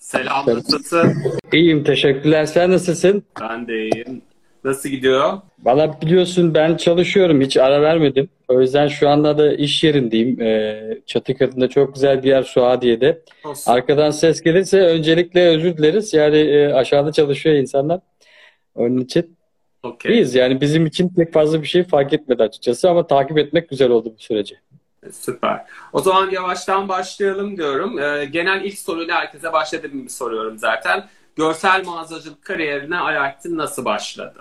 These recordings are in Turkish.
Selam, nasılsın? İyiyim, teşekkürler. Sen nasılsın? Ben de iyiyim. Nasıl gidiyor? Valla biliyorsun ben çalışıyorum, hiç ara vermedim. O yüzden şu anda da iş yerindeyim. Çatıkırı'nda çok güzel bir yer Suadiye'de. Olsun. Arkadan ses gelirse öncelikle özür dileriz. Yani aşağıda çalışıyor insanlar. Onun için Okey. iyiyiz. Yani bizim için pek fazla bir şey fark etmedi açıkçası ama takip etmek güzel oldu bu süreci. Süper. O zaman yavaştan başlayalım diyorum. Genel ilk soruyla herkese başladığım gibi soruyorum zaten. Görsel mağazacılık kariyerine Alaaddin nasıl başladı?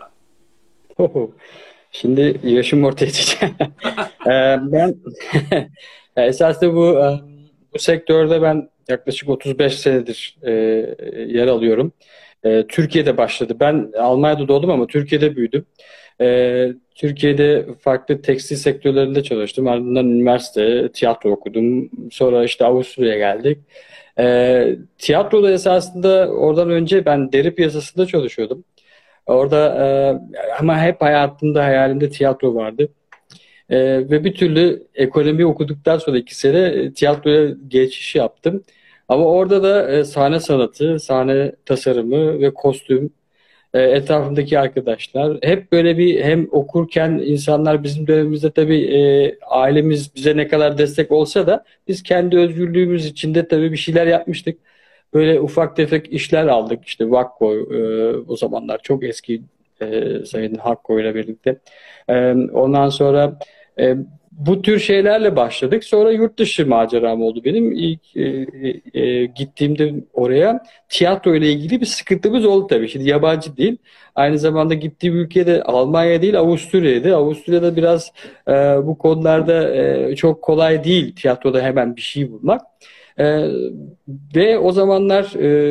Şimdi yaşım ortaya çıkacak. Ben esasında bu sektörde ben yaklaşık 35 senedir yer alıyorum. Türkiye'de başladı. Ben Almanya'da doğdum ama Türkiye'de büyüdüm. Türkiye'de farklı tekstil sektörlerinde çalıştım. Ardından üniversite, tiyatro okudum. Sonra işte Avusturya'ya geldik. Tiyatroda esasında oradan önce ben deri piyasasında çalışıyordum. Orada ama hep hayatımda hayalimde tiyatro vardı. Ve bir türlü ekonomi okuduktan sonra 2 sene tiyatroya geçiş yaptım. Ama orada da sahne sanatı, sahne tasarımı ve kostüm, etrafımdaki arkadaşlar hep böyle bir hem okurken insanlar bizim dönemimizde tabii ailemiz bize ne kadar destek olsa da biz kendi özgürlüğümüz içinde tabii bir şeyler yapmıştık. Böyle ufak tefek işler aldık. İşte Vakko o zamanlar çok eski Sayın Hakko ile birlikte. Ondan sonra e, bu tür şeylerle başladık. Sonra yurt dışı maceram oldu benim. İlk gittiğimde oraya tiyatro ile ilgili bir sıkıntımız oldu tabii. Şimdi yabancı değil. Aynı zamanda gittiğim ülkede Almanya değil Avusturya'ydı. Avusturya'da biraz bu konularda çok kolay değil tiyatroda hemen bir şey bulmak. E, Ve o zamanlar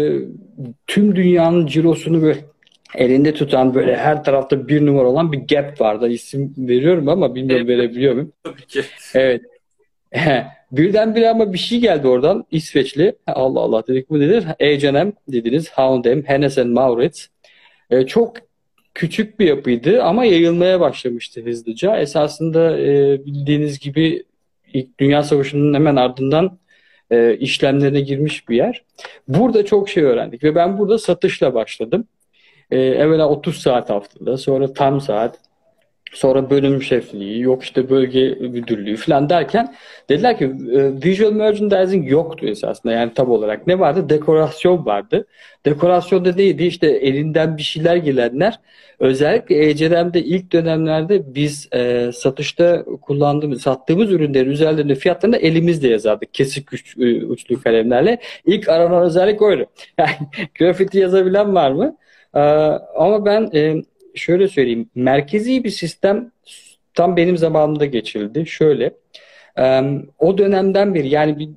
tüm dünyanın cirosunu böyle elinde tutan böyle her tarafta bir numara olan bir Gap vardı. İsim veriyorum ama bilmiyorum verebiliyor muyum? Tabii ki. Evet. Birdenbire ama bir şey geldi oradan. İsveçli. Allah Allah dedik bu nedir? H&M dediniz. H&M, Hennes and Mauritz. Çok küçük bir yapıydı ama yayılmaya başlamıştı hızlıca. Esasında bildiğiniz gibi İlk Dünya Savaşı'nın hemen ardından işlemlerine girmiş bir yer. Burada çok şey öğrendik ve ben burada satışla başladım. Evvela 30 saat haftada, sonra tam saat, sonra bölüm şefliği, yok işte bölge müdürlüğü falan derken dediler ki visual merchandising yoktu esasında yani tam olarak. Ne vardı? Dekorasyon vardı. Dekorasyon da neydi? İşte elinden bir şeyler gelenler. Özellikle E&C'de ilk dönemlerde biz satışta sattığımız ürünlerin üzerlerinde fiyatlarını elimizle yazardık. Kesik uçlu kalemlerle. İlk aranan özellik oydu. Yani grafiti yazabilen var mı? Ama ben şöyle söyleyeyim. Merkezi bir sistem tam benim zamanımda geçildi. Şöyle. O dönemden beri yani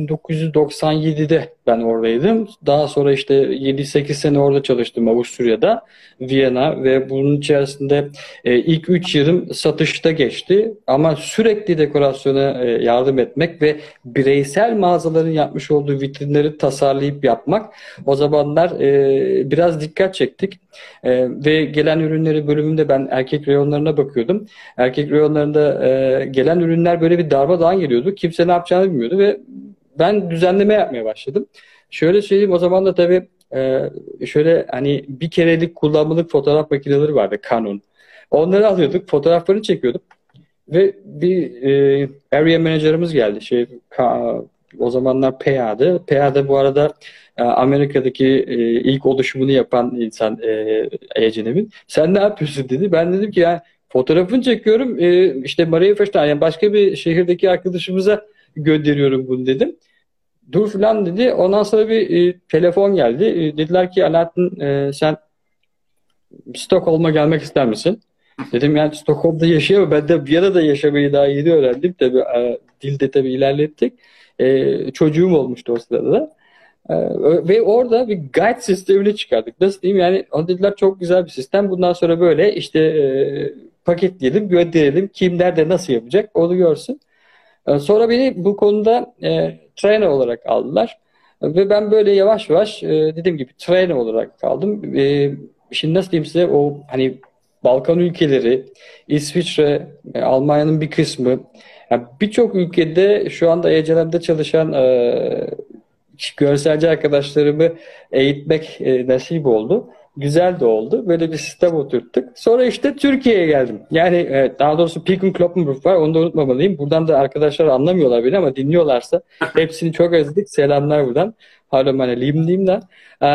1997'de ben oradaydım. Daha sonra işte 7-8 sene orada çalıştım Avusturya'da, Viyana ve bunun içerisinde ilk 3 yılım satışta geçti. Ama sürekli dekorasyona yardım etmek ve bireysel mağazaların yapmış olduğu vitrinleri tasarlayıp yapmak o zamanlar biraz dikkat çektik. Ve gelen ürünleri bölümünde ben erkek reyonlarına bakıyordum. Erkek reyonlarında gelen ürünler böyle bir darmadağın geliyordu. Kimse ne yapacağını bilmiyordu ve ben düzenleme yapmaya başladım. Şöyle söyleyeyim o zaman da tabii şöyle hani bir kerelik kullanmalık fotoğraf makineleri vardı Canon. Onları alıyorduk, fotoğraflarını çekiyorduk ve bir area manager'ımız geldi. O zamanlar PA'dı. PA'da bu arada Amerika'daki ilk oluşumunu yapan insan Ecenem'in. Sen ne yapıyorsun dedi. Ben dedim ki yani fotoğrafını çekiyorum. İşte Maria Feş'ten yani başka bir şehirdeki arkadaşımıza gönderiyorum bunu dedim. Dur falan dedi. Ondan sonra bir telefon geldi. Dediler ki Alaaddin sen Stockholm'a gelmek ister misin? Dedim yani Stockholm'da yaşayamam. Ben de Viyana'da yaşamayı daha yeni öğrendim. Tabii dilde tabii ilerlettik. Çocuğum olmuştu o sırada da. Ve orada bir guide sistemini çıkardık. Nasıl diyeyim yani o dediler çok güzel bir sistem. Bundan sonra böyle işte paketleyelim, gönderelim. Kim nerede nasıl yapacak onu görsün. Sonra beni bu konuda trainer olarak aldılar. Ve ben böyle yavaş yavaş dediğim gibi trainer olarak kaldım. Şimdi nasıl diyeyim size o hani Balkan ülkeleri, İsviçre, Almanya'nın bir kısmı yani birçok ülkede şu anda ECLM'de çalışan görselci arkadaşlarımı eğitmek nasip oldu. Güzel de oldu. Böyle bir sistem oturttuk. Sonra işte Türkiye'ye geldim. Yani daha doğrusu Peek Kloppenburg var. Onu da unutmamalıyım. Buradan da arkadaşlar anlamıyorlar beni ama dinliyorlarsa hepsini çok özledik. Selamlar buradan. Hallo meine Lieben diyeyim de.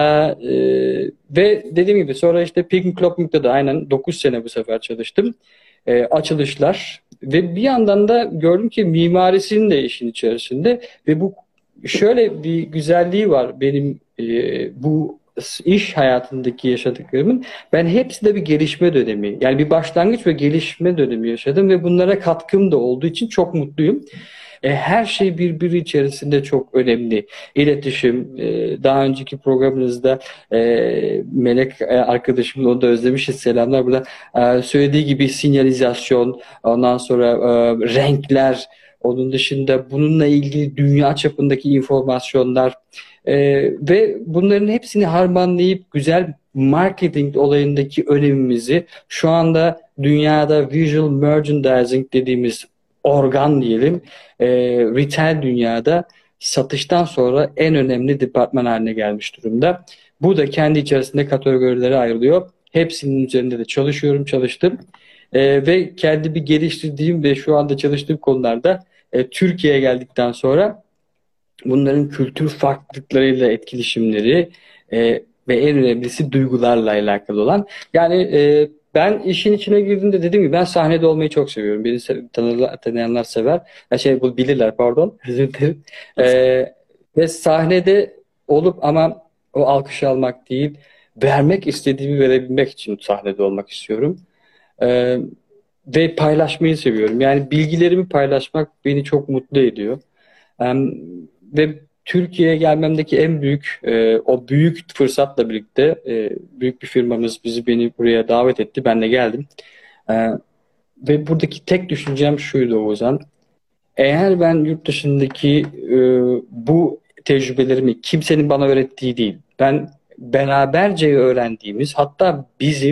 Ve dediğim gibi sonra işte Peek Kloppenburg'da da aynen 9 sene bu sefer çalıştım. Açılışlar ve bir yandan da gördüm ki mimarisinin de işin içerisinde ve bu şöyle bir güzelliği var benim bu iş hayatındaki yaşadıklarımın. Ben hepsi de bir gelişme dönemi. Yani bir başlangıç ve gelişme dönemi yaşadım ve bunlara katkım da olduğu için çok mutluyum. Her şey birbiri içerisinde çok önemli. İletişim, daha önceki programınızda Melek arkadaşımla onu da özlemişiz. Selamlar burada. Söylediği gibi sinyalizasyon, ondan sonra renkler, onun dışında bununla ilgili dünya çapındaki informasyonlar ve bunların hepsini harmanlayıp güzel marketing olayındaki önemimizi şu anda dünyada visual merchandising dediğimiz organ diyelim, retail dünyada satıştan sonra en önemli departman haline gelmiş durumda. Bu da kendi içerisinde kategorilere ayrılıyor. Hepsinin üzerinde de çalıştım. Ve kendimi geliştirdiğim ve şu anda çalıştığım konularda Türkiye'ye geldikten sonra bunların kültür farklılıklarıyla etkileşimleri ve en önemlisi duygularla alakalı olan. Yani ben işin içine girdiğimde dediğim gibi ben sahnede olmayı çok seviyorum. Beni tanıyanlar sever. Bu bilirler pardon. Özür dilerim. Ve sahnede olup ama o alkışı almak değil, vermek istediğimi verebilmek için sahnede olmak istiyorum. Ve paylaşmayı seviyorum. Yani bilgilerimi paylaşmak beni çok mutlu ediyor. Ve Türkiye'ye gelmemdeki en büyük o büyük fırsatla birlikte büyük bir firmamız beni buraya davet etti. Ben de geldim. Ve buradaki tek düşüncem şuydu Oğuzhan. Eğer ben yurt dışındaki bu tecrübelerimi kimsenin bana öğrettiği değil, ben beraberce öğrendiğimiz hatta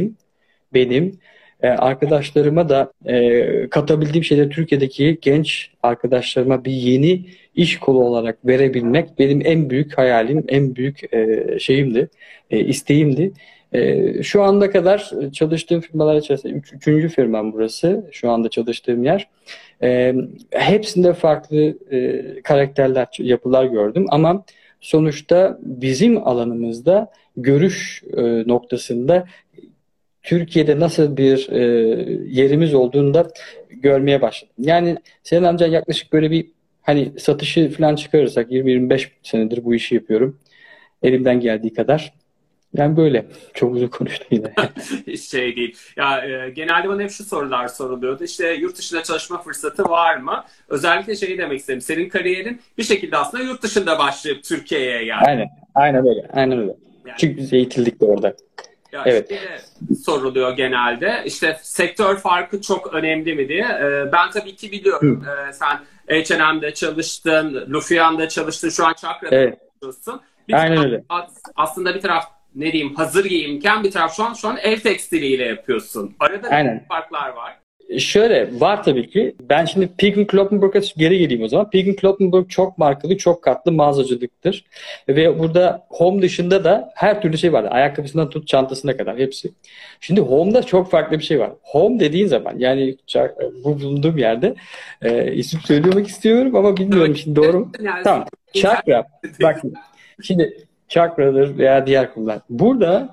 benim arkadaşlarıma da katabildiğim şeyler Türkiye'deki genç arkadaşlarıma bir yeni iş kolu olarak verebilmek benim en büyük hayalim, en büyük şeyimdi, isteğimdi. Şu anda kadar çalıştığım firmalar içerisinde üçüncü firmam burası. Şu anda çalıştığım yer. Hepsinde farklı karakterler, yapılar gördüm ama sonuçta bizim alanımızda görüş noktasında Türkiye'de nasıl bir yerimiz olduğunu da görmeye başladım. Yani senin amcan yaklaşık böyle bir hani satışı falan çıkarırsak 20-25 senedir bu işi yapıyorum. Elimden geldiği kadar. Yani böyle. Çok uzun konuştum yine. Hiç şey değil. Ya genelde bana hep şu sorular soruluyordu. İşte yurt dışında çalışma fırsatı var mı? Özellikle şeyi demek istedim. Senin kariyerin bir şekilde aslında yurt dışında başlayıp Türkiye'ye geldi. Aynen. Aynen öyle. Aynen öyle. Yani, çünkü biz eğitildik de orada. Ya evet. Soruluyor genelde. İşte sektör farkı çok önemli mi diye. Ben tabii ki biliyorum. Sen H&M'de çalıştın, Lufian'da çalıştın, şu an Çakra'da çalışıyorsun. Aynen öyle. Aslında bir taraf ne diyeyim hazır giyimken bir taraf şu an el tekstiliyle yapıyorsun. Arada ne farklar var? Şöyle var tabii ki. Ben şimdi Peek Kloppenburg'a geri geleyim o zaman. Peek Kloppenburg çok markalı, çok katlı mağazacılıktır. Ve burada home dışında da her türlü şey var. Ayakkabısından tut çantasına kadar hepsi. Şimdi home'da çok farklı bir şey var. Home dediğin zaman yani bu bulunduğum yerde isim söylemek istiyorum ama bilmiyorum şimdi doğru mu? Tamam. Çakra. Bak şimdi Çakradır veya diğer konular. Burada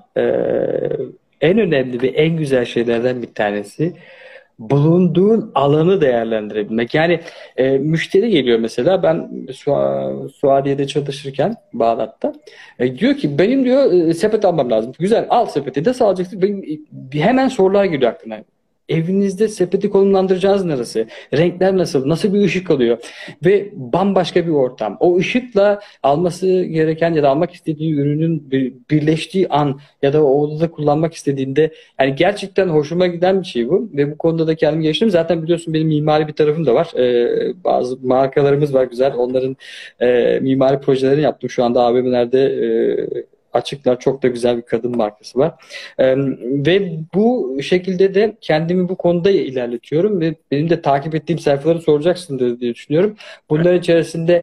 en önemli ve en güzel şeylerden bir tanesi bulunduğun alanı değerlendirebilmek. Yani müşteri geliyor mesela ben Suadiye'de çalışırken Bağdat'ta diyor ki benim diyor sepet almam lazım. Güzel al sepeti de alacaksın. Hemen sorular geliyor aklına. Evinizde sepeti konumlandıracağınız neresi? Renkler nasıl? Nasıl bir ışık alıyor? Ve bambaşka bir ortam. O ışıkla alması gereken ya da almak istediği ürünün birleştiği an ya da o odada kullanmak istediğinde yani gerçekten hoşuma giden bir şey bu. Ve bu konuda da kendimi geliştirdim. Zaten biliyorsun benim mimari bir tarafım da var. Bazı markalarımız var güzel. Onların mimari projelerini yaptım. Şu anda AVM'lerde açıklar çok da güzel bir kadın markası var. Ve bu şekilde de kendimi bu konuda ilerletiyorum ve benim de takip ettiğim sayfaları soracaksındır diye düşünüyorum. Bunların içerisinde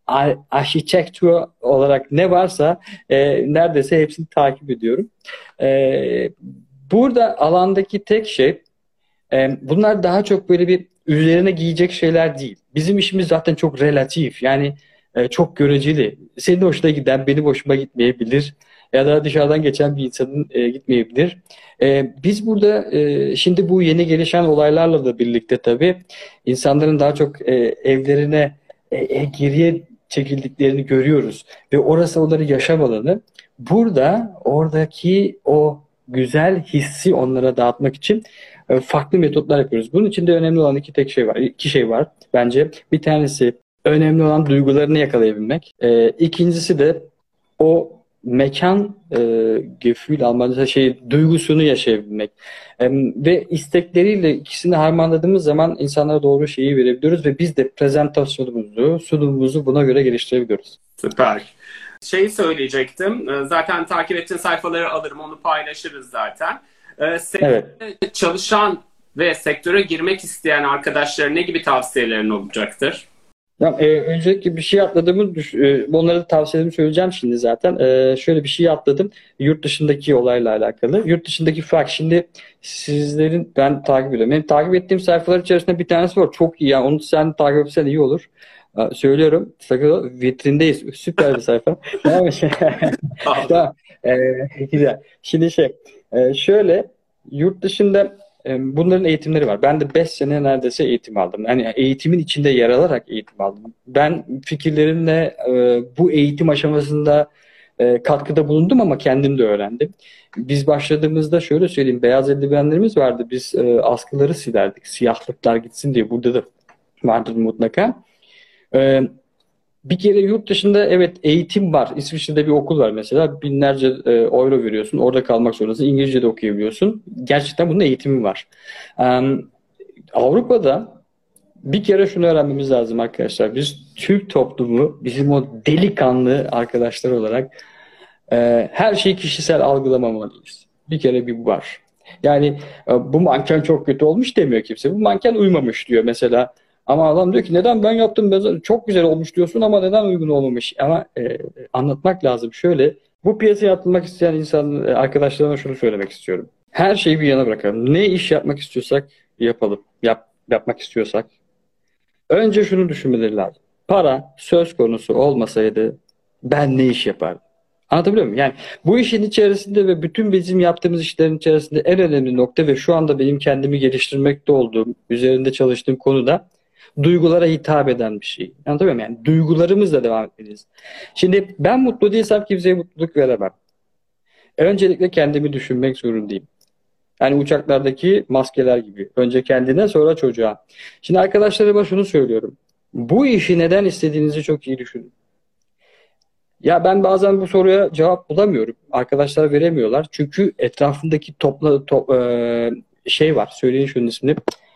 architecture olarak ne varsa neredeyse hepsini takip ediyorum. E, Burada alandaki tek şey, bunlar daha çok böyle bir üzerine giyecek şeyler değil. Bizim işimiz zaten çok relatif. Yani çok göreceli. Senin hoşuna giden benim hoşuma gitmeyebilir. Ya da dışarıdan geçen bir insanın gitmeyebilir. Biz burada şimdi bu yeni gelişen olaylarla da birlikte tabii insanların daha çok evlerine geriye çekildiklerini görüyoruz. Ve orası onların yaşam alanı. Burada oradaki o güzel hissi onlara dağıtmak için farklı metotlar yapıyoruz. Bunun için de önemli olan iki şey var bence. Bir tanesi önemli olan duygularını yakalayabilmek. İkincisi de o mekan Gefühl Almanca duygusunu yaşayabilmek. Ve istekleriyle ikisini harmanladığımız zaman insanlara doğru şeyi verebiliyoruz ve biz de prezentasyonumuzu, sunumumuzu buna göre geliştirebiliyoruz. Süper. Şeyi söyleyecektim. Zaten takip ettiğin sayfaları alırım, onu paylaşırız zaten. Sektörde çalışan ve sektöre girmek isteyen arkadaşlara ne gibi tavsiyelerin olacaktır? Ya, öncelikle bir şey atladığımı onlara da tavsiyelerimi söyleyeceğim şimdi zaten. Şöyle bir şey atladım. Yurt dışındaki olayla alakalı. Yurt dışındaki fark şimdi sizlerin ben takip ediyorum. Benim takip ettiğim sayfalar içerisinde bir tanesi var. Çok iyi. Yani onu sen takip etsen iyi olur. Söylüyorum. Sakın vitrindeyiz. Süper bir sayfa. Tamam mı? Tamam. Güzel. Şimdi şöyle yurt dışında bunların eğitimleri var. Ben de 5 sene neredeyse eğitim aldım. Yani eğitimin içinde yer alarak eğitim aldım. Ben fikirlerimle bu eğitim aşamasında katkıda bulundum ama kendim de öğrendim. Biz başladığımızda şöyle söyleyeyim, beyaz eldivenlerimiz vardı. Biz askıları silerdik. Siyahlıklar gitsin diye. Burada da vardır mutlaka. Bir kere yurt dışında evet eğitim var. İsviçre'de bir okul var mesela. Binlerce euro veriyorsun. Orada kalmak zorundasın. İngilizce de okuyabiliyorsun. Gerçekten bunun eğitimi var. Avrupa'da bir kere şunu öğrenmemiz lazım arkadaşlar. Biz Türk toplumu, bizim o delikanlı arkadaşlar olarak her şeyi kişisel algılamamalıyız. Bir kere bir bu var. Yani bu manken çok kötü olmuş demiyor kimse. Bu manken uymamış diyor mesela. Ama adam diyor ki neden ben yaptım, çok güzel olmuş diyorsun ama neden uygun olmamış? Ama anlatmak lazım. Şöyle, bu piyasaya atılmak isteyen arkadaşlarıma şunu söylemek istiyorum. Her şeyi bir yana bırakalım. Ne iş yapmak istiyorsak yapalım. Yapmak istiyorsak. Önce şunu düşünmeleri lazım. Para söz konusu olmasaydı ben ne iş yapardım? Anlatabiliyor muyum? Yani bu işin içerisinde ve bütün bizim yaptığımız işlerin içerisinde en önemli nokta ve şu anda benim kendimi geliştirmekte olduğum, üzerinde çalıştığım konuda duygulara hitap eden bir şey. Anlatabiliyor muyum? Yani duygularımızla devam etmeliyiz. Şimdi ben mutlu değilsem kimseye mutluluk veremem. Öncelikle kendimi düşünmek zorundayım. Yani uçaklardaki maskeler gibi. Önce kendine sonra çocuğa. Şimdi arkadaşlarıma şunu söylüyorum. Bu işi neden istediğinizi çok iyi düşünün. Ya ben bazen bu soruya cevap bulamıyorum. Arkadaşlar veremiyorlar. Çünkü etrafındaki var. Söyleyin şunun ismini.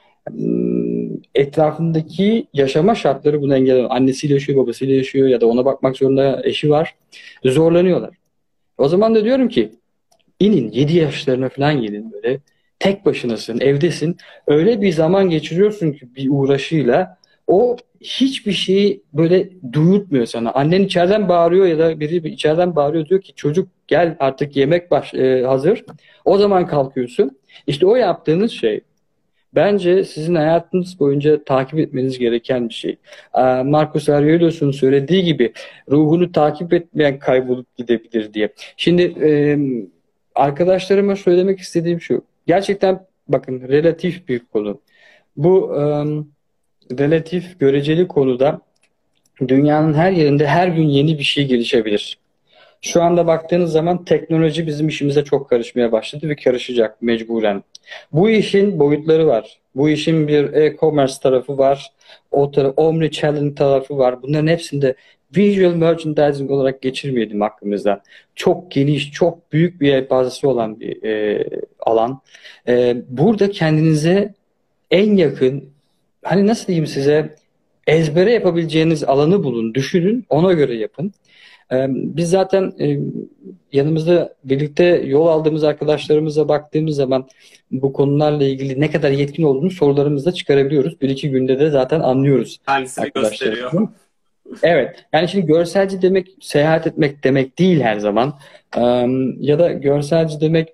Etrafındaki yaşama şartları bunu engelliyor. Annesiyle yaşıyor, babasıyla yaşıyor ya da ona bakmak zorunda eşi var. Zorlanıyorlar. O zaman da diyorum ki inin 7 yaşlarına falan gelin böyle. Tek başınasın, evdesin. Öyle bir zaman geçiriyorsun ki bir uğraşıyla o hiçbir şeyi böyle duyurtmuyor sana. Annen içeriden bağırıyor ya da biri içeriden bağırıyor diyor ki çocuk gel artık yemek hazır. O zaman kalkıyorsun. İşte o yaptığınız şey bence sizin hayatınız boyunca takip etmeniz gereken bir şey. Marcus Aurelius'un söylediği gibi ruhunu takip etmeyen kaybolup gidebilir diye. Şimdi arkadaşlarıma söylemek istediğim şu. Gerçekten bakın relatif bir konu. Bu relatif göreceli konuda dünyanın her yerinde her gün yeni bir şey gelişebilir. Şu anda baktığınız zaman teknoloji bizim işimize çok karışmaya başladı ve karışacak mecburen. Bu işin boyutları var. Bu işin bir e-commerce tarafı var. Omnichannel tarafı var. Bunların hepsinde visual merchandising olarak geçirmeyelim aklımızda. Çok geniş, çok büyük bir yelpazesi olan bir alan. Burada kendinize en yakın, hani nasıl diyeyim size, ezbere yapabileceğiniz alanı bulun, düşünün, ona göre yapın. Biz zaten yanımızda birlikte yol aldığımız arkadaşlarımıza baktığımız zaman bu konularla ilgili ne kadar yetkin olduğunu sorularımızla çıkarabiliyoruz. Bir iki günde de zaten anlıyoruz. Kendisini gösteriyor. Evet. Yani şimdi görselci demek seyahat etmek demek değil her zaman. Ya da görselci demek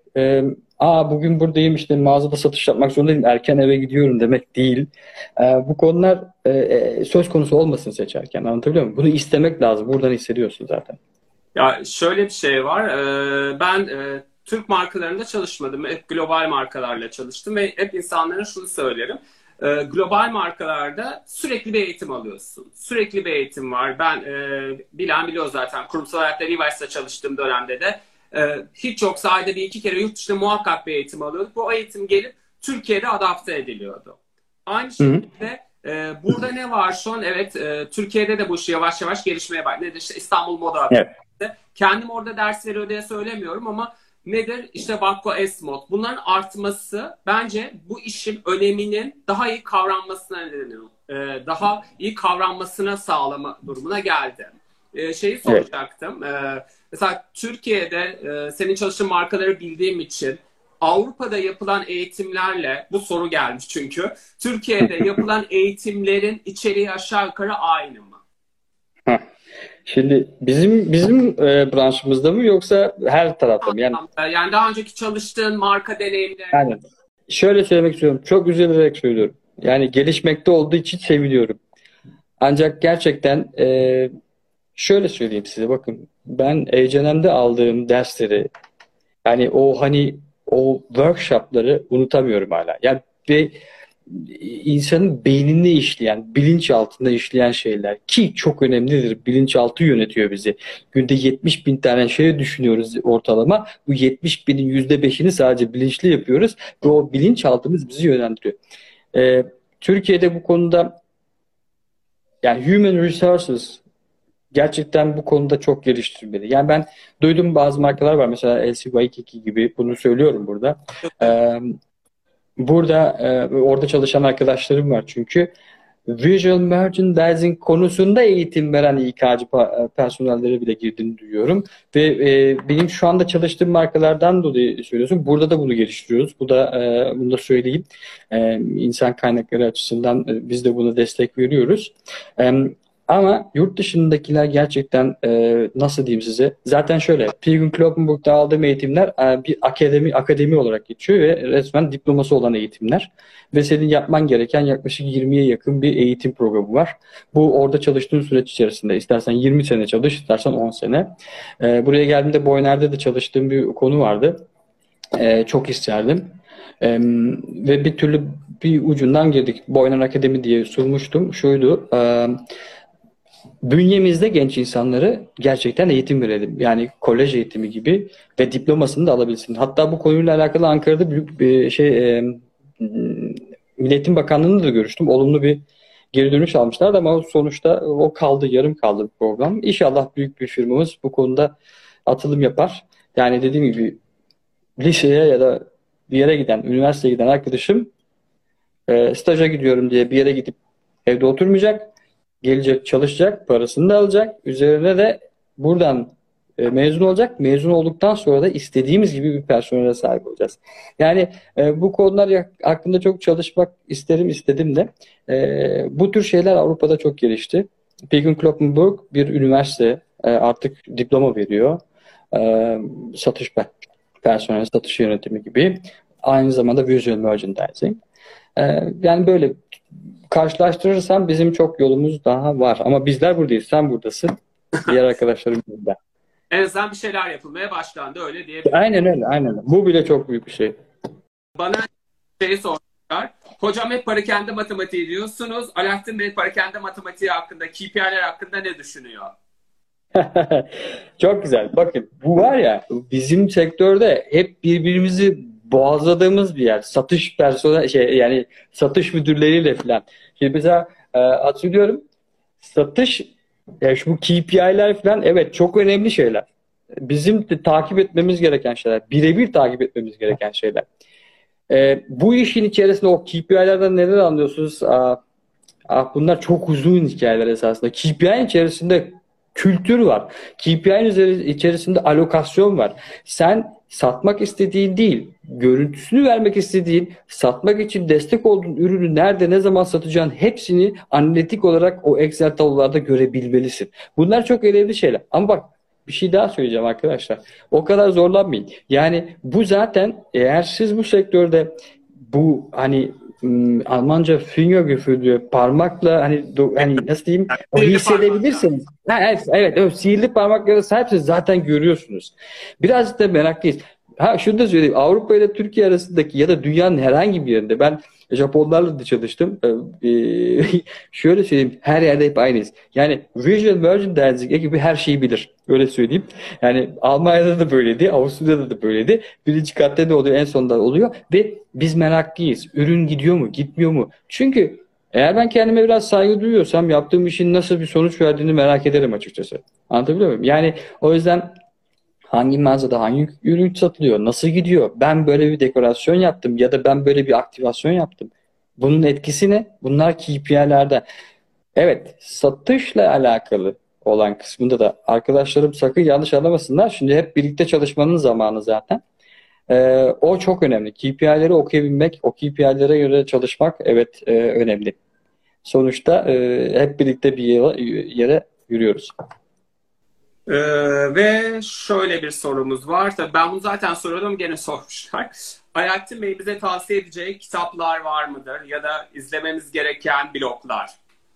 bugün buradayım işte mağazada satış yapmak zorundayım erken eve gidiyorum demek değil. Bu konular söz konusu olmasın seçerken anlatabiliyor muyum? Bunu istemek lazım. Buradan hissediyorsun zaten. Ya şöyle bir şey var. Ben Türk markalarında çalışmadım. Hep global markalarla çalıştım ve hep insanlara şunu söylerim. Global markalarda sürekli bir eğitim alıyorsun. Sürekli bir eğitim var. Ben bilen biliyor zaten. Kurumsal hayatta Levi's'ta çalıştığım dönemde de hiç yoksa ayda bir iki kere yurt dışında muhakkak bir eğitim alıyorduk. Bu eğitim gelip Türkiye'de adapte ediliyordu. Aynı Hı hı. şekilde burada ne var şu an? Evet, Türkiye'de de bu iş yavaş yavaş gelişmeye başladı. Nedir? İşte İstanbul Moda Evet. Akademisi. Kendim orada ders veriyor diye söylemiyorum ama nedir? İşte Vakko Esmod. Bunların artması bence bu işin öneminin daha iyi kavranmasına neden oluyor. Daha iyi kavranmasına sağlama durumuna geldi. Şeyi Evet. soracaktım. Mesela Türkiye'de senin çalıştığın markaları bildiğim için Avrupa'da yapılan eğitimlerle bu soru gelmiş çünkü. Türkiye'de yapılan eğitimlerin içeriği aşağı yukarı aynı mı? Heh. Şimdi bizim branşımızda mı yoksa her tarafta mı? Yani daha önceki çalıştığın marka deneyimlerin. Yani şöyle söylemek istiyorum. Çok üzülerek söylüyorum. Yani gelişmekte olduğu için seviniyorum. Ancak gerçekten şöyle söyleyeyim size. Bakın ben H&M'de aldığım dersleri yani o workshopları unutamıyorum hala. Yani bir insanın beyninde işleyen, bilinç altında işleyen şeyler ki çok önemlidir. Bilinçaltı yönetiyor bizi. Günde 70 bin tane şey düşünüyoruz ortalama. Bu 70 binin %5'ini sadece bilinçli yapıyoruz ve o bilinçaltımız bizi yönlendiriyor. Ee, Türkiye'de bu konuda yani human resources gerçekten bu konuda çok geliştirilmeli. Yani ben duydum bazı markalar var. Mesela LC Waikiki gibi bunu söylüyorum burada. Ee, orada çalışan arkadaşlarım var çünkü visual merchandising konusunda eğitim veren İK'cı personelleri bile girdiğini duyuyorum. Ve benim şu anda çalıştığım markalardan dolayı söylüyorsun. Burada da bunu geliştiriyoruz. Bunu da söyleyeyim. İnsan kaynakları açısından biz de buna destek veriyoruz. E, Ama yurt dışındakiler gerçekten nasıl diyeyim size? Zaten şöyle, Pilgrim Kloppenburg'da aldığım eğitimler bir akademi olarak geçiyor ve resmen diploması olan eğitimler. Ve senin yapman gereken yaklaşık 20'ye yakın bir eğitim programı var. Bu orada çalıştığın süreç içerisinde istersen 20 sene çalış, istersen 10 sene. Buraya geldiğimde Boyner'de de çalıştığım bir konu vardı. Çok isterdim. Ve bir türlü bir ucundan girdik. Boyner Akademi diye sunmuştum. Şuydu, bünyemizde genç insanları gerçekten eğitim verelim. Yani kolej eğitimi gibi ve diplomasını da alabilsin. Hatta bu konuyla alakalı Ankara'da büyük bir Milli Eğitim Bakanlığı'nda da görüştüm. Olumlu bir geri dönüş almışlardı ama sonuçta o kaldı, yarım kaldı bu program. İnşallah büyük bir firmamız bu konuda atılım yapar. Yani dediğim gibi liseye ya da bir yere giden, üniversiteye giden arkadaşım staja gidiyorum diye bir yere gidip evde oturmayacak. Gelecek, çalışacak, parasını da alacak. Üzerine de buradan mezun olacak. Mezun olduktan sonra da istediğimiz gibi bir personele sahip olacağız. Yani bu konular hakkında çok çalışmak istedim de. Bu tür şeyler Avrupa'da çok gelişti. Pilgrim Kloppenburg bir üniversite artık diploma veriyor. Satış personel satış yönetimi gibi. Aynı zamanda visual merchandising. Yani böyle karşılaştırırsam bizim çok yolumuz daha var. Ama bizler buradayız. Sen buradasın. Diğer arkadaşlarım burada. En azından bir şeyler yapılmaya başlandı öyle diyebilirim. Aynen öyle. Aynen öyle. Bu bile çok büyük bir şey. Bana şeyi sormuşlar. Hocam hep parakende matematiği diyorsunuz. Alaaddin Bey parakende matematiği hakkında, KPI'ler hakkında ne düşünüyor? Çok güzel. Bakın bu var ya bizim sektörde hep birbirimizi boğazladığımız bir yer. Satış personel yani satış müdürleriyle falan. Şimdi mesela hatırlıyorum satış yani şu bu KPI'ler falan evet çok önemli şeyler. Bizim de takip etmemiz gereken şeyler. Birebir takip etmemiz gereken şeyler. Bu işin içerisinde o KPI'lerden neler anlıyorsunuz? Bunlar çok uzun hikayeler esasında. KPI'nin içerisinde kültür var. KPI'nin içerisinde alokasyon var. Sen satmak istediğin değil, görüntüsünü vermek istediğin, satmak için destek olduğun ürünü nerede, ne zaman satacağın hepsini analitik olarak o Excel tablolarda görebilmelisin. Bunlar çok önemli şeyler. Ama bak, bir şey daha söyleyeceğim arkadaşlar. O kadar zorlanmayın. Yani bu zaten, eğer siz bu sektörde bu hani Almanca Fingergefühl diyor, parmakla hani hani nasıl diyeyim, o Sihirli hissedebilirsiniz. Ha, evet, evet, evet, sihirli parmaklara sahipsiniz, zaten görüyorsunuz. Birazcık da meraklıyız. Ha, şunu da söyleyeyim. Avrupa ile Türkiye arasındaki ya da dünyanın herhangi bir yerinde, ben Japonlarla da çalıştım. Şöyle söyleyeyim, her yerde hep aynıyız. Yani visual merchandising ekibi her şeyi bilir. Öyle söyleyeyim. Yani Almanya'da da böyleydi, Avusturya'da da böyleydi. Birinci katta ne oluyor, en sonunda oluyor ve biz meraklıyız. Ürün gidiyor mu, gitmiyor mu? Çünkü eğer ben kendime biraz saygı duyuyorsam, yaptığım işin nasıl bir sonuç verdiğini merak ederim açıkçası. Anlatabiliyor muyum? Yani o yüzden hangi mağazada hangi ürün satılıyor, nasıl gidiyor? Ben böyle bir dekorasyon yaptım ya da ben böyle bir aktivasyon yaptım. Bunun etkisi ne? Bunlar KPI'lerde. Evet, satışla alakalı olan kısmında da arkadaşlarım sakın yanlış anlamasınlar. Şimdi hep birlikte çalışmanın zamanı zaten. O çok önemli. KPI'leri okuyabilmek, o KPI'lere göre çalışmak, evet, önemli. Sonuçta hep birlikte bir yere yürüyoruz. Ve şöyle bir sorumuz var. Tabii ben bunu zaten soruyordum, gene sormuşlar. Alaaddin Bey, bize tavsiye edeceği kitaplar var mıdır? Ya da izlememiz gereken bloglar?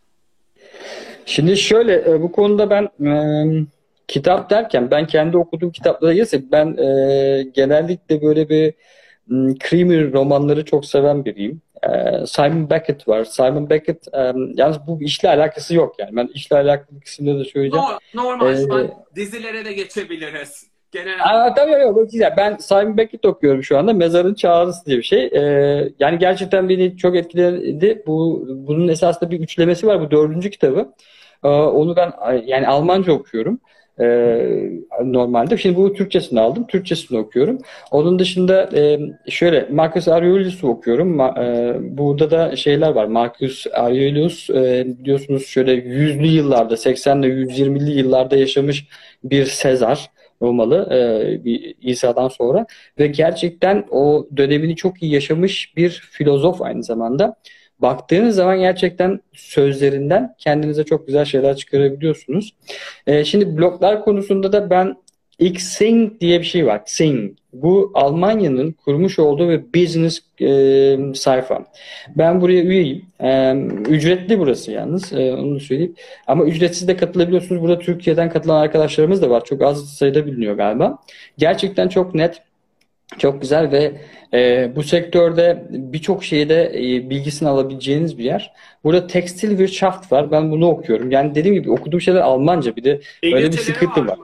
Şimdi şöyle, bu konuda ben kitap derken, ben kendi okuduğum kitaplara gelirsek, ben genellikle böyle bir creamy romanları çok seven biriyim. Simon Beckett var. Simon Beckett, yalnız bu işle alakası yok yani. Ben işle alakalı kısımda da söyleyeceğim. Normal, şu an dizilere de geçebiliriz. Genel Tabii, yok, güzel. Ben Simon Beckett okuyorum şu anda. Mezarın Çağrısı diye bir şey. Yani gerçekten beni çok etkiledi. Bunun esasında bir üçlemesi var. Bu dördüncü kitabı. Onu ben yani Almanca okuyorum. Normalde. Şimdi bu Türkçesini aldım. Türkçesini okuyorum. Onun dışında şöyle Marcus Aurelius'u okuyorum. Burada da şeyler var. Marcus Aurelius biliyorsunuz şöyle 100'lü yıllarda, 80'li 120'li yıllarda yaşamış bir Sezar Romalı, bir İsa'dan sonra, ve gerçekten o dönemini çok iyi yaşamış bir filozof aynı zamanda. Baktığınız zaman gerçekten sözlerinden kendinize çok güzel şeyler çıkarabiliyorsunuz. Şimdi bloglar konusunda da ben Xing diye bir şey var. Xing. Bu Almanya'nın kurmuş olduğu bir business sayfa. Ben buraya üyeyim. Ücretli burası yalnız. Onu söyleyeyim. Ama ücretsiz de katılabiliyorsunuz. Burada Türkiye'den katılan arkadaşlarımız da var. Çok az sayıda biliniyor galiba. Gerçekten çok net, çok güzel ve bu sektörde birçok şeyde bilgisini alabileceğiniz bir yer. Burada tekstil Wirtschaft var. Ben bunu okuyorum. Yani dediğim gibi okuduğum şeyler Almanca. Bir de öyle bir İngilizceleri sıkıntı var var. mı?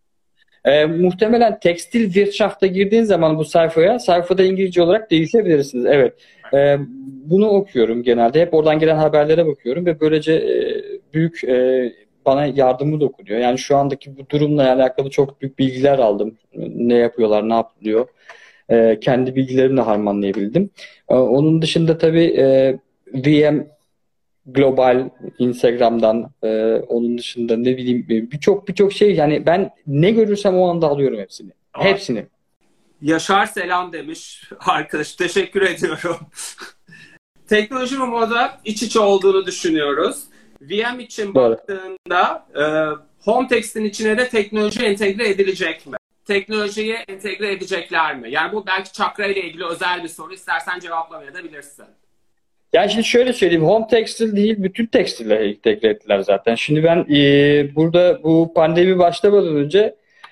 Muhtemelen tekstil Wirtschaft'a girdiğin zaman bu sayfada İngilizce olarak değişebilirsiniz. Evet. Bunu okuyorum genelde. Hep oradan gelen haberlere bakıyorum ve böylece büyük bana yardımı dokunuyor. Yani şu andaki bu durumla alakalı çok büyük bilgiler aldım. Ne yapıyorlar, ne yapılıyor. Kendi bilgilerimle harmanlayabildim. Onun dışında tabii VM Global Instagram'dan, onun dışında ne bileyim birçok şey, yani ben ne görürsem o anda alıyorum hepsini. Hepsini. Yaşar selam demiş arkadaş. Teşekkür ediyorum. Teknoloji ve moda iç içe olduğunu düşünüyoruz. VM için Doğru. baktığında Home Text'in içine de teknoloji entegre edilecek mi? Teknolojiyi entegre edecekler mi? Yani bu belki çakra ile ilgili özel bir soru. İstersen cevaplamaya da bilirsin. Yani şimdi şöyle söyleyeyim, home tekstil değil, bütün tekstillere entegre ettiler zaten. Şimdi ben burada bu pandemi başlamadan önce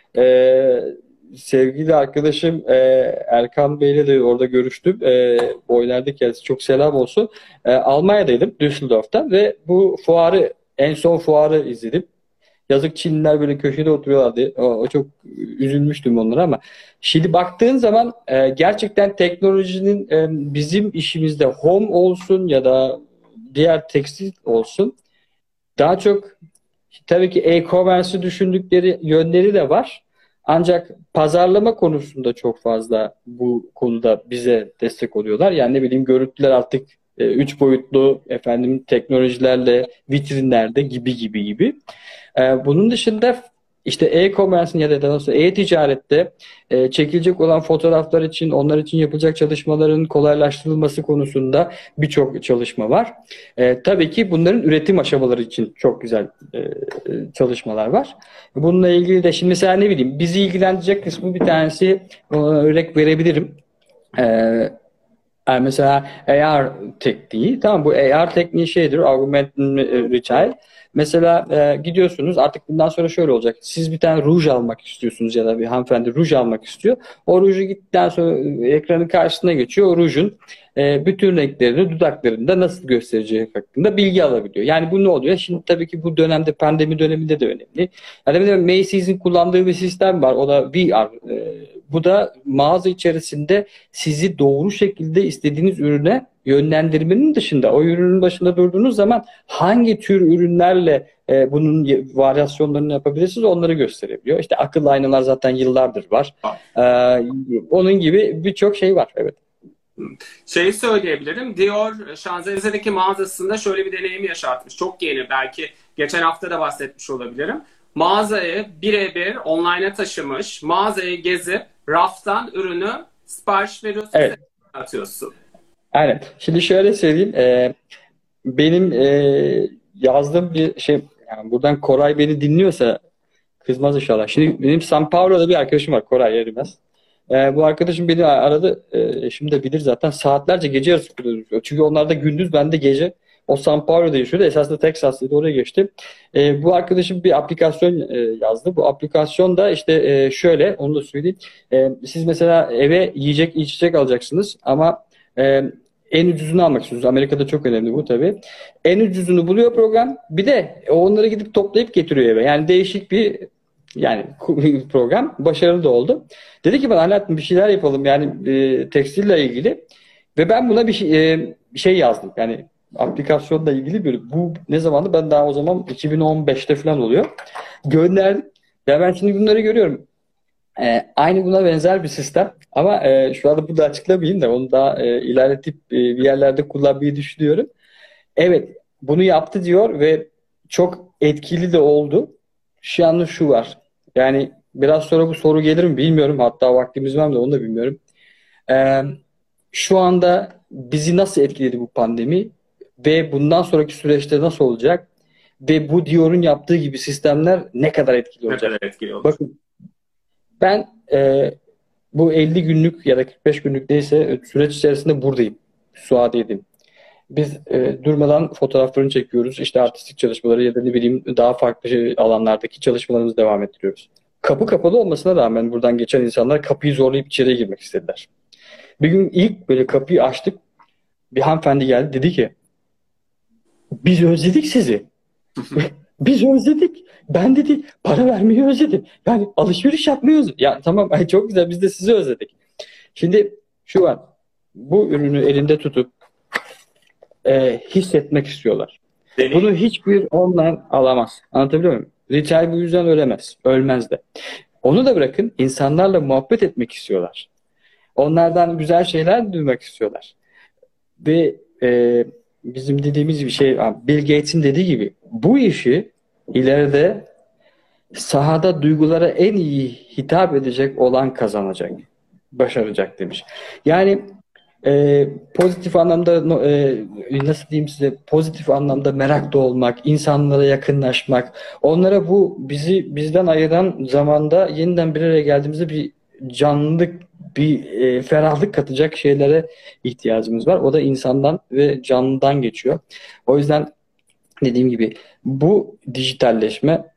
sevgili arkadaşım Erkan Bey'le de orada görüştüm. Boylardaki kendisi, çok selam olsun. Almanya'daydım, Düsseldorf'ta, ve bu en son fuarı izledim. Yazık, Çinliler böyle köşede oturuyorlardı. O çok üzülmüştüm onlara, ama şimdi baktığın zaman gerçekten teknolojinin bizim işimizde, home olsun ya da diğer tekstil olsun, daha çok tabii ki e-commerce'ı düşündükleri yönleri de var. Ancak pazarlama konusunda çok fazla bu konuda bize destek oluyorlar. Yani ne bileyim, görüntüler artık 3 boyutlu teknolojilerle vitrinlerde gibi. Bunun dışında işte e-commerce'ın ya da nasıl e-ticarette çekilecek olan fotoğraflar için, onlar için yapılacak çalışmaların kolaylaştırılması konusunda birçok çalışma var. Tabii ki bunların üretim aşamaları için çok güzel çalışmalar var. Bununla ilgili de şimdi mesela ne bileyim bizi ilgilendirecek kısmı bir tanesi örnek verebilirim. Mesela AR tekniği, tamam bu AR tekniği şeydir, Augmented Reality. Mesela gidiyorsunuz artık bundan sonra şöyle olacak. Siz bir tane ruj almak istiyorsunuz ya da bir hanımefendi ruj almak istiyor. O ruju gittikten sonra ekranın karşısına geçiyor. O rujun bütün renklerini dudaklarında nasıl göstereceği hakkında bilgi alabiliyor. Yani bu ne oluyor? Şimdi tabii ki bu dönemde pandemi döneminde de önemli. Yani bir de Macy's'in kullandığı bir sistem var. O da VR. Bu da mağaza içerisinde sizi doğru şekilde istediğiniz ürüne yönlendirmenin dışında o ürünün başında durduğunuz zaman hangi tür ürünlerle bunun varyasyonlarını yapabilirsiniz onları gösterebiliyor. İşte akıllı aynalar zaten yıllardır var. Onun gibi birçok şey var. Evet. Şeyi söyleyebilirim. Dior Şanzelize'deki mağazasında şöyle bir deneyim yaşatmış. Çok yeni. Belki geçen hafta da bahsetmiş olabilirim. Mağazayı birebir online'a taşımış. Mağazayı gezip raftan ürünü sipariş veriyorsun. Evet. Atıyorsun. Aynen. Şimdi şöyle söyleyeyim. Benim yazdığım bir şey, yani buradan Koray beni dinliyorsa kızmaz inşallah. Şimdi benim São Paulo'da bir arkadaşım var, Koray Erimez. Bu arkadaşım beni aradı. Şimdi de bilir zaten, saatlerce gece yarısı kullanıyor. Çünkü onlar da gündüz, ben de gece. O São Paulo'da yaşıyordu. Esasında Texas'taydı, oraya geçti. Bu arkadaşım bir aplikasyon yazdı. Bu aplikasyon da işte şöyle, onu da söyleyeyim. Siz mesela eve yiyecek, içecek alacaksınız ama en ucuzunu almak istiyorsunuz. Amerika'da çok önemli bu tabii. En ucuzunu buluyor program. Bir de onları gidip toplayıp getiriyor eve. Yani değişik bir program. Başarılı da oldu. Dedi ki bana Alaaddin bir şeyler yapalım yani tekstille ilgili. Ve ben buna bir şey yazdım. Yani aplikasyonla ilgili bir, bu ne zamandı? Ben daha o zaman 2015'te falan oluyor. Gönderdim. Ya ben şimdi bunları görüyorum. Aynı buna benzer bir sistem. Ama şu anda burada açıklamayayım da onu daha ilerletip bir yerlerde kullanmayı düşünüyorum. Evet, bunu yaptı diyor ve çok etkili de oldu. Yalnız şu var. Yani biraz sonra bu soru gelir mi bilmiyorum. Hatta vaktimiz var mı da onu da bilmiyorum. Şu anda bizi nasıl etkiledi bu pandemi ve bundan sonraki süreçte nasıl olacak ve bu Dior'un yaptığı gibi sistemler ne kadar etkili olacak? Ne kadar etkili olacak? Bakın ben bu 50 günlük ya da 45 günlük neyse süreç içerisinde buradayım. Suadiye'deyim. Biz durmadan fotoğraflarını çekiyoruz. İşte artistik çalışmaları ya da ne bileyim daha farklı alanlardaki çalışmalarımızı devam ettiriyoruz. Kapı kapalı olmasına rağmen buradan geçen insanlar kapıyı zorlayıp içeriye girmek istediler. Bir gün ilk böyle kapıyı açtık. Bir hanımefendi geldi, dedi ki biz özledik sizi. Biz özledik. Ben dedi para vermeyi özledim. Yani alışveriş yapmayı özledim. Ya tamam çok güzel, biz de sizi özledik. Şimdi şu var. Bu ürünü elinde tutup hissetmek istiyorlar. Bunu hiçbir online alamaz. Anlatabiliyor muyum? Retail bu yüzden ölemez. Ölmez de. Onu da bırakın, insanlarla muhabbet etmek istiyorlar. Onlardan güzel şeyler duymak istiyorlar. Ve bizim dediğimiz bir şey, Bill Gates'in dediği gibi bu işi ileride sahada duygulara en iyi hitap edecek olan kazanacak. Başaracak demiş. Yani pozitif anlamda nasıl diyeyim size, pozitif anlamda meraklı olmak, insanlara yakınlaşmak, onlara bu bizden ayıran zamanda yeniden bir araya geldiğimizde bir canlılık, bir ferahlık katacak şeylere ihtiyacımız var. O da insandan ve canlıdan geçiyor. O yüzden dediğim gibi bu dijitalleşme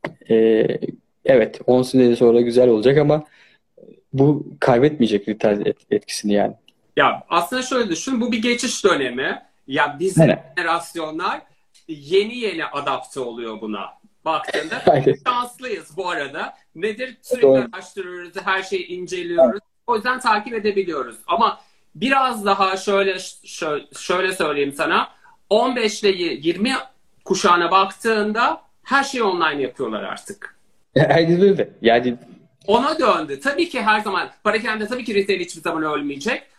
evet 10 sene sonra güzel olacak ama bu kaybetmeyecek retail etkisini yani. Ya aslında şöyle düşün, bu bir geçiş dönemi. Ya bizim jenerasyonlar yeni adapte oluyor buna. Baktığında şanslıyız bu arada. Nedir? Sürekli araştırıyoruz, her şeyi inceliyoruz. O yüzden takip edebiliyoruz. Ama biraz daha şöyle söyleyeyim sana. 15 ile 20 kuşağına baktığında her şeyi online yapıyorlar artık. Aynen öyle. Yani ona döndü. Tabii ki her zaman, parakende tabii ki retail hiçbir zaman ölmeyecek.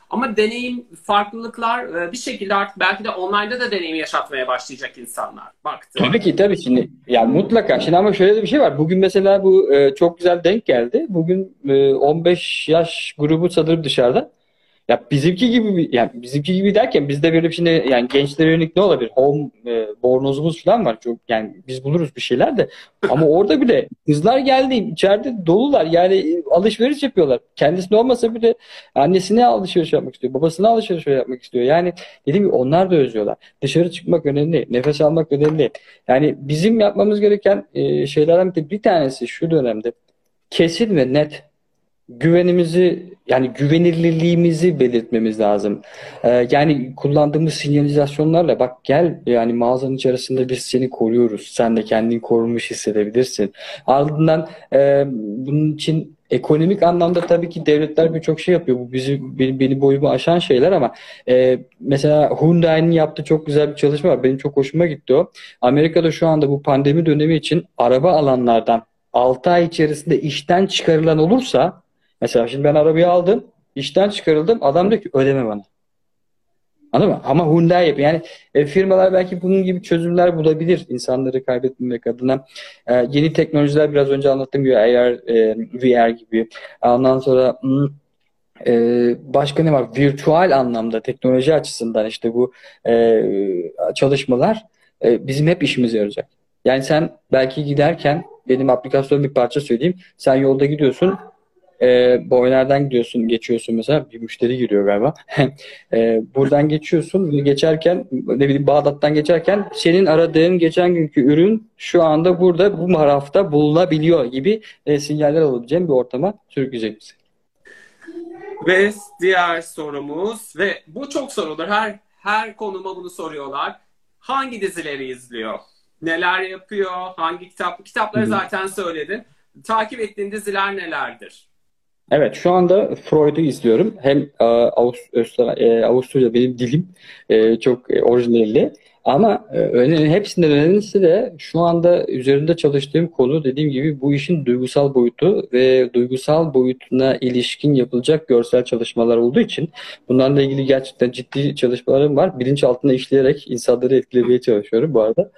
Ama deneyim, farklılıklar bir şekilde artık belki de online'da da deneyim yaşatmaya başlayacak insanlar. Baktı. Tabii ki tabii şimdi yani mutlaka. Şimdi ama şöyle de bir şey var. Bugün mesela bu çok güzel denk geldi. Bugün 15 yaş grubu sanırım dışarıda. Ya bizimki gibi yani bizimki gibi derken bizde böyle bir şey yani gençlere yönelik ne olabilir? Home bornozumuz falan var. Çok yani biz buluruz bir şeyler de. Ama orada bile kızlar geldi içeride dolular. Yani alışveriş yapıyorlar. Kendisine olmasa bile annesine alışveriş yapmak istiyor. Babasına alışveriş yapmak istiyor. Yani dediğim gibi onlar da özlüyorlar. Dışarı çıkmak önemli. Nefes almak önemli. Yani bizim yapmamız gereken şeylerden bir tanesi şu dönemde kesin ve net güvenimizi yani güvenilirliğimizi belirtmemiz lazım. Yani kullandığımız sinyalizasyonlarla bak gel yani mağazanın içerisinde biz seni koruyoruz. Sen de kendini korunmuş hissedebilirsin. Ardından bunun için ekonomik anlamda tabii ki devletler birçok şey yapıyor. Bu beni boyumu aşan şeyler ama mesela Hyundai'nin yaptığı çok güzel bir çalışma var. Benim çok hoşuma gitti o. Amerika'da şu anda bu pandemi dönemi için araba alanlardan 6 ay içerisinde işten çıkarılan olursa mesela şimdi ben arabayı aldım, işten çıkarıldım. Adam diyor ki ödeme bana. Anladın mı? Ama Hyundai yapıyor. Yani firmalar belki bunun gibi çözümler bulabilir insanları kaybetmemek adına. Yeni teknolojiler biraz önce anlattığım gibi AR, VR gibi. Ondan sonra başka ne var? Virtual anlamda teknoloji açısından işte bu çalışmalar bizim hep işimize yarayacak. Yani sen belki giderken benim aplikasyonun bir parça söyleyeyim. Sen yolda gidiyorsun. Boyner'den gidiyorsun, geçiyorsun mesela bir müşteri giriyor galiba. Buradan geçiyorsun ve geçerken ne bileyim Bağdat'tan geçerken senin aradığın geçen günkü ürün şu anda burada bu rafta bulunabiliyor gibi sinyaller alabileceğim bir ortama sürükleyecek bizi. Ve diğer sorumuz ve bu çok sorulur. Her konuma bunu soruyorlar. Hangi dizileri izliyor? Neler yapıyor? Hangi kitapları zaten söyledin. Takip ettiğin diziler nelerdir? Evet, şu anda Freud'u izliyorum. Hem Avusturya benim dilim çok orijinalli. Ama hepsinden önemlisi de şu anda üzerinde çalıştığım konu dediğim gibi bu işin duygusal boyutu ve duygusal boyutuna ilişkin yapılacak görsel çalışmalar olduğu için bunlarla ilgili gerçekten ciddi çalışmalarım var. Bilinçaltına işleyerek insanları etkilemeye çalışıyorum bu arada.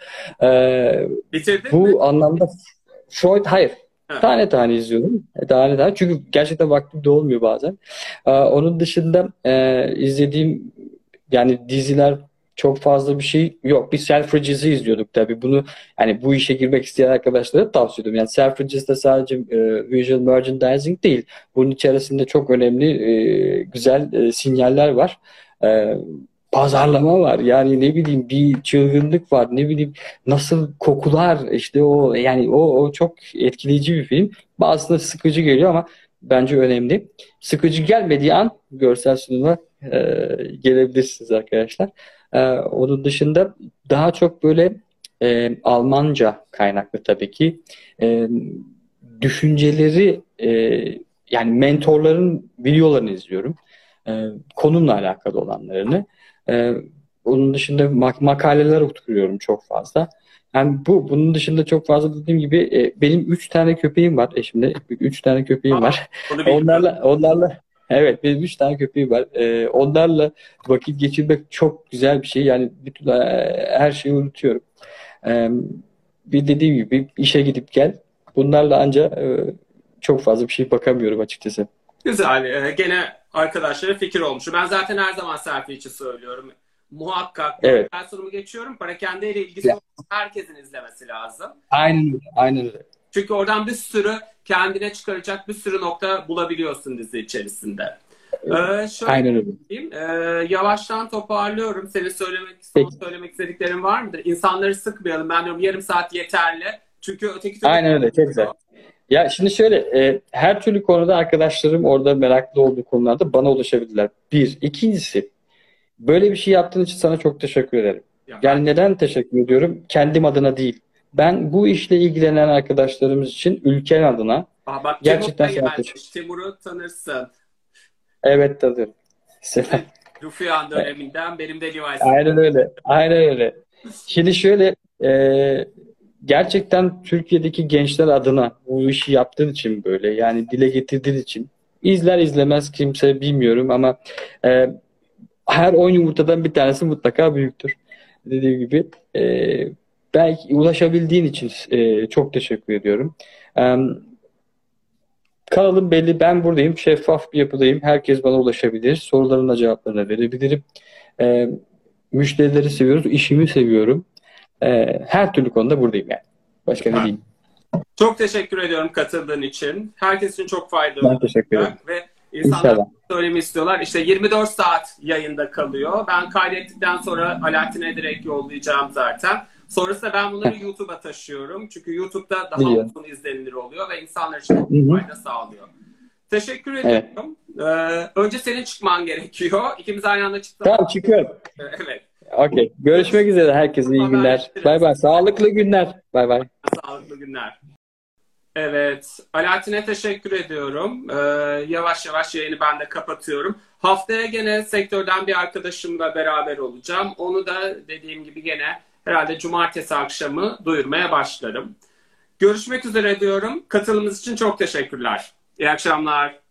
Bitirdin mi? Bu anlamda Freud hayır. Ha. Tane tane izliyorum. Tane tane. Çünkü gerçekten vaktim de olmuyor bazen. Onun dışında izlediğim yani diziler çok fazla bir şey yok. Bir Selfridges'i izliyorduk tabii. Bunu yani bu işe girmek isteyen arkadaşlara tavsiye ediyorum. Yani Selfridges'te sadece visual merchandising değil. Bunun içerisinde çok önemli güzel sinyaller var. Pazarlama var. Yani ne bileyim bir çılgınlık var. Ne bileyim nasıl kokular işte o yani o çok etkileyici bir film. Bazısında sıkıcı geliyor ama bence önemli. Sıkıcı gelmediği an görsel sunuma gelebilirsiniz arkadaşlar. Onun dışında daha çok böyle Almanca kaynaklı tabii ki e, düşünceleri yani mentorların videolarını izliyorum. Konumla alakalı olanlarını. Ee, Onun dışında makaleler okuyorum çok fazla. Yani bunun dışında çok fazla dediğim gibi benim 3 tane köpeğim var eşimde. 3 tane köpeğim var. Bunu bilmiyorum. Onlarla evet benim 3 tane köpeğim var. Onlarla vakit geçirmek çok güzel bir şey. Yani bütün her şeyi unutuyorum. Ee, Bir dediğim gibi işe gidip gel. Bunlarla anca çok fazla bir şey bakamıyorum açıkçası. Güzel. Gene arkadaşlara fikir olmuş. Ben zaten her zaman selfie için söylüyorum. Muhakkak. Evet. Ben sorumu geçiyorum. Parakende ile ilgisi olan herkesin izlemesi lazım. Aynen öyle. Aynen öyle. Çünkü oradan bir sürü kendine çıkaracak bir sürü nokta bulabiliyorsun dizi içerisinde. Şöyle Aynen öyle. diyeyim, yavaştan toparlıyorum. Senin Peki. söylemek istediklerin var mıdır? İnsanları sıkmayalım. Ben diyorum yarım saat yeterli. Çünkü öteki türlü... Aynen öyle. Çok güzel. Ya şimdi şöyle her türlü konuda arkadaşlarım orada meraklı olduğu konularda bana ulaşabilirler. Bir. İkincisi böyle bir şey yaptığın için sana çok teşekkür ederim. Yani neden teşekkür ediyorum? Kendim adına değil. Ben bu işle ilgilenen arkadaşlarımız için ülken adına Bak, gerçekten Timur da sana gelmiş. teşekkür ederim. Timur'u tanırsın. Evet tanıyorum. Selam. Rufiyan döneminden benim de Levi's. Aynen öyle. Aynen öyle. Şimdi şöyle gerçekten Türkiye'deki gençler adına bu işi yaptığın için böyle yani dile getirdiğin için İzler izlemez kimse bilmiyorum ama her 10 yumurtadan bir tanesi mutlaka büyüktür. Dediğim gibi belki ulaşabildiğin için çok teşekkür ediyorum. E, Kanalım belli, ben buradayım. Şeffaf bir yapıdayım. Herkes bana ulaşabilir. Sorularına cevaplarını verebilirim. E, Müşterileri seviyoruz. İşimi seviyorum. Her türlü konuda buradayım yani. Başka ne diyeyim? Çok teşekkür ediyorum katıldığın için. Herkes için çok faydalı Ben teşekkür ederim. olacak ve insanlar İnşallah. söylemi istiyorlar. İşte 24 saat yayında kalıyor. Ben kaydettikten sonra Alaaddin'e direkt yollayacağım zaten. Sonrasında ben bunları YouTube'a taşıyorum. Çünkü YouTube'da daha Biliyorum. uzun izlenilir oluyor ve insanlar için fayda sağlıyor. Teşekkür ediyorum. Önce senin çıkman gerekiyor. İkimiz aynı anda çıktık. Tamam, çıkıyorum. Evet. Okey. Görüşmek üzere. Herkese iyi günler. Bay bay. Sağlıklı günler. Bay bay. Sağlıklı günler. Evet. Alaaddin'e teşekkür ediyorum. Yavaş yavaş yayını ben de kapatıyorum. Haftaya gene sektörden bir arkadaşımla beraber olacağım. Onu da dediğim gibi gene herhalde cumartesi akşamı duyurmaya başlarım. Görüşmek üzere diyorum. Katılımınız için çok teşekkürler. İyi akşamlar.